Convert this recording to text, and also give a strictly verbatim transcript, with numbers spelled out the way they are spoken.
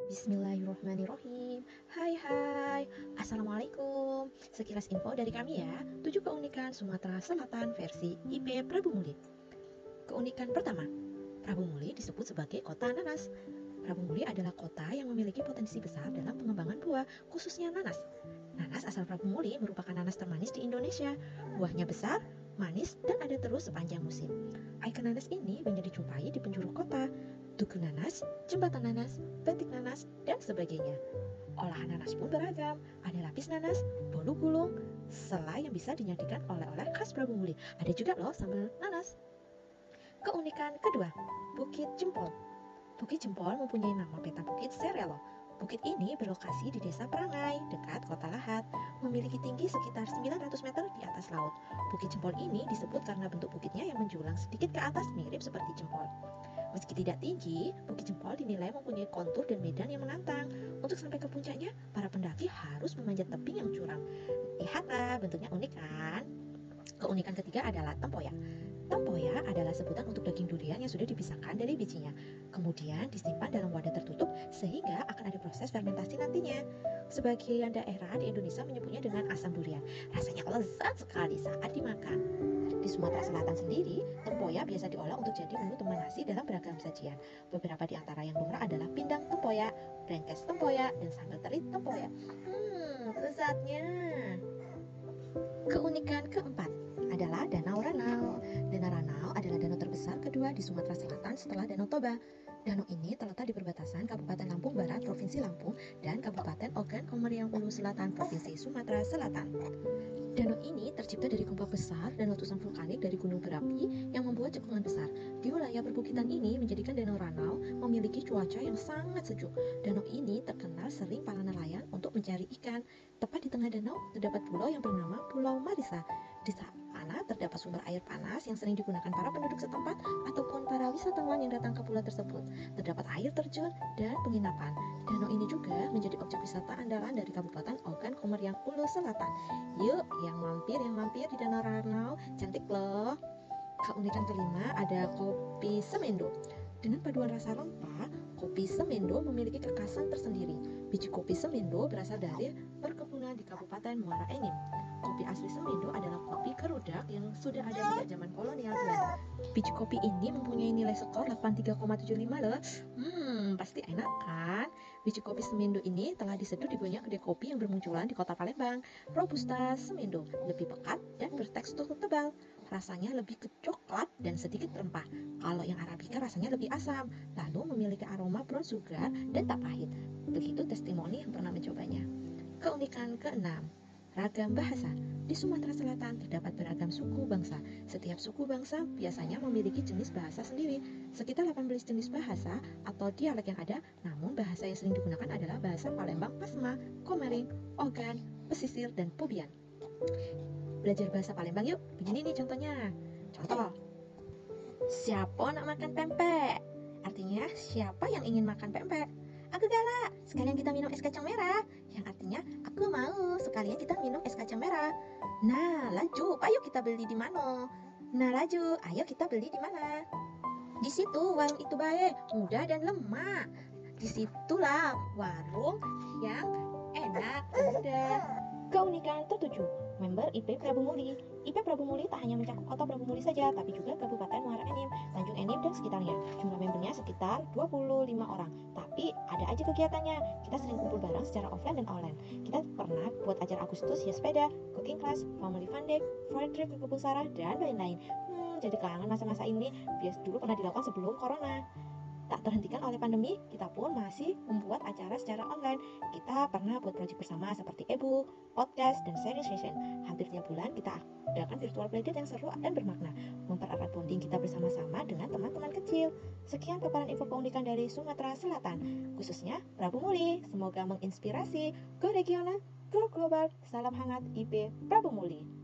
Bismillahirrahmanirrahim. Hai hai, Assalamualaikum. Sekilas info dari kami ya, tujuh keunikan Sumatera Selatan versi I P Prabu Muli. Keunikan pertama, Prabu Muli disebut sebagai kota nanas. Prabu Muli adalah kota yang memiliki potensi besar dalam pengembangan buah, khususnya nanas. Nanas asal Prabu Muli merupakan nanas termanis di Indonesia. Buahnya besar, manis, dan ada terus sepanjang musim. Ikon nanas ini banyak dijumpai di penjuru kota, tugu nanas, jembatan nanas, batik nanas, dan sebagainya. Olahan nanas pun beragam, ada lapis nanas, bolu gulung, selai yang bisa dinyajikan oleh-oleh khas Prabu Muli. Ada juga loh sambal nanas. Keunikan kedua, Bukit Jempol. Bukit Jempol mempunyai nama peta Bukit Serelo. Bukit ini berlokasi di Desa Perangai, dekat Kota Lahat, memiliki tinggi sekitar sembilan ratus meter di atas laut. Bukit Jempol ini disebut karena bentuk bukitnya yang menjulang sedikit ke atas mirip seperti jempol. Meski tidak tinggi, Bukit Jempol dinilai mempunyai kontur dan medan yang menantang. Untuk sampai ke puncaknya, para pendaki harus memanjat tebing yang curam. Lihatlah, bentuknya unik kan? Keunikan ketiga adalah tempoyak. Tempoyak adalah sebutan untuk daging durian yang sudah dipisahkan dari bijinya. Kemudian disimpan dalam wadah tertutup sehingga akan ada proses fermentasi nantinya. Sebagian daerah di Indonesia menyebutnya dengan asam durian. Rasanya lezat sekali saat dimakan. Di Sumatera Selatan sendiri, tempoyak biasa diolah untuk jadi menu teman nasi dalam beragam sajian. Beberapa di antara yang lumrah adalah pindang tempoyak, brengkes tempoyak, dan sambal teri tempoyak. Hmm, lezatnya. Keunikan keempat adalah Danau Ranau. Danau Ranau adalah danau terbesar kedua di Sumatera Selatan setelah Danau Toba. Danau ini terletak di perbatasan Kabupaten Lampung Barat, Provinsi Lampung, dan Kabupaten Ogan Komering Ulu Selatan, Provinsi Sumatera Selatan. Danau ini tercipta dari kompak besar dan letusan vulkanik dari gunung berapi yang membuat cekungan besar. Di wilayah perbukitan ini menjadikan Danau Ranau memiliki cuaca yang sangat sejuk. Danau ini terkenal sering para nelayan untuk mencari ikan. Tepat di tengah danau terdapat pulau yang bernama Pulau Marisa. Di sana terdapat sumber air panas yang sering digunakan para penduduk setempat ataupun para wisatawan yang datang ke pulau tersebut. Terdapat air terjun dan penginapan. Danau ini juga menjadi objek wisata andalan dari Kabupaten Ogan Komering Ulu Selatan. Yuk, yang mampir yang mampir di Danau Ranau, cantik loh. Keunikan kelima ada kopi semendo. Dengan paduan rasa rempah, kopi semendo memiliki kekhasan tersendiri. Biji kopi semendo berasal dari perkebunan di Kabupaten Muara Enim. Kopi asli semendo adalah kopi kerudak yang sudah ada sejak zaman kolonial Belanda. Biji kopi ini mempunyai nilai skor delapan puluh tiga koma tujuh lima loh. Hmm, pasti enak kan? Biji kopi semendo ini telah diseduh di banyak kedai kopi yang bermunculan di kota Palembang. Robusta semendo lebih pekat dan bertekstur tebal. Rasanya lebih ke coklat dan sedikit rempah. Kalau yang Arabica rasanya lebih asam, lalu memiliki aroma brown sugar dan tak pahit. Begitu testimoni yang pernah mencobanya. Keunikan keenam, ragam bahasa. Di Sumatera Selatan terdapat beragam suku bangsa. Setiap suku bangsa biasanya memiliki jenis bahasa sendiri. Sekitar delapan belas jenis bahasa atau dialek yang ada, namun bahasa yang sering digunakan adalah bahasa Palembang, Pasma, Komering, Ogan, Pesisir, dan Pubian. Belajar bahasa Palembang yuk. Begini nih contohnya. Contoh, siapa nak makan pempek? Artinya, siapa yang ingin makan pempek? Aku galak, sekalian kita minum es kacang merah. Yang artinya, aku mau, sekalian kita minum es kacang merah. Nah, laju, ayo kita beli di mana? Nah, laju, ayo kita beli di mana? Di situ warung itu baik, mudah dan lemak. Disitulah warung yang enak, mudah. Keunikan ketujuh, member I P Prabu Muli. I P Prabu Muli tak hanya mencakup kota Prabu Muli saja, tapi juga Kabupaten Muara Enim, Tanjung Enim, dan sekitarnya. Jumlah membernya sekitar dua puluh lima orang. Tapi ada aja kegiatannya. Kita sering kumpul bareng secara offline dan online. Kita pernah buat acara Agustus ya sepeda, cooking class, family fun day, fried trip ke kebun sarah, dan lain-lain. Hmm, jadi kangen masa-masa ini. Bias dulu pernah dilakukan sebelum corona. Tak terhentikan oleh pandemi, kita pun masih membuat acara secara online. Kita pernah buat proyek bersama seperti e-book, podcast, dan sharing session. Hampir tiap bulan kita adakan virtual playdate yang seru dan bermakna, mempererat bonding kita bersama-sama dengan teman-teman kecil. Sekian paparan info keunikan dari Sumatera Selatan, khususnya Prabu Muli. Semoga menginspirasi. Go regional, go global. Salam hangat I P Prabu Muli.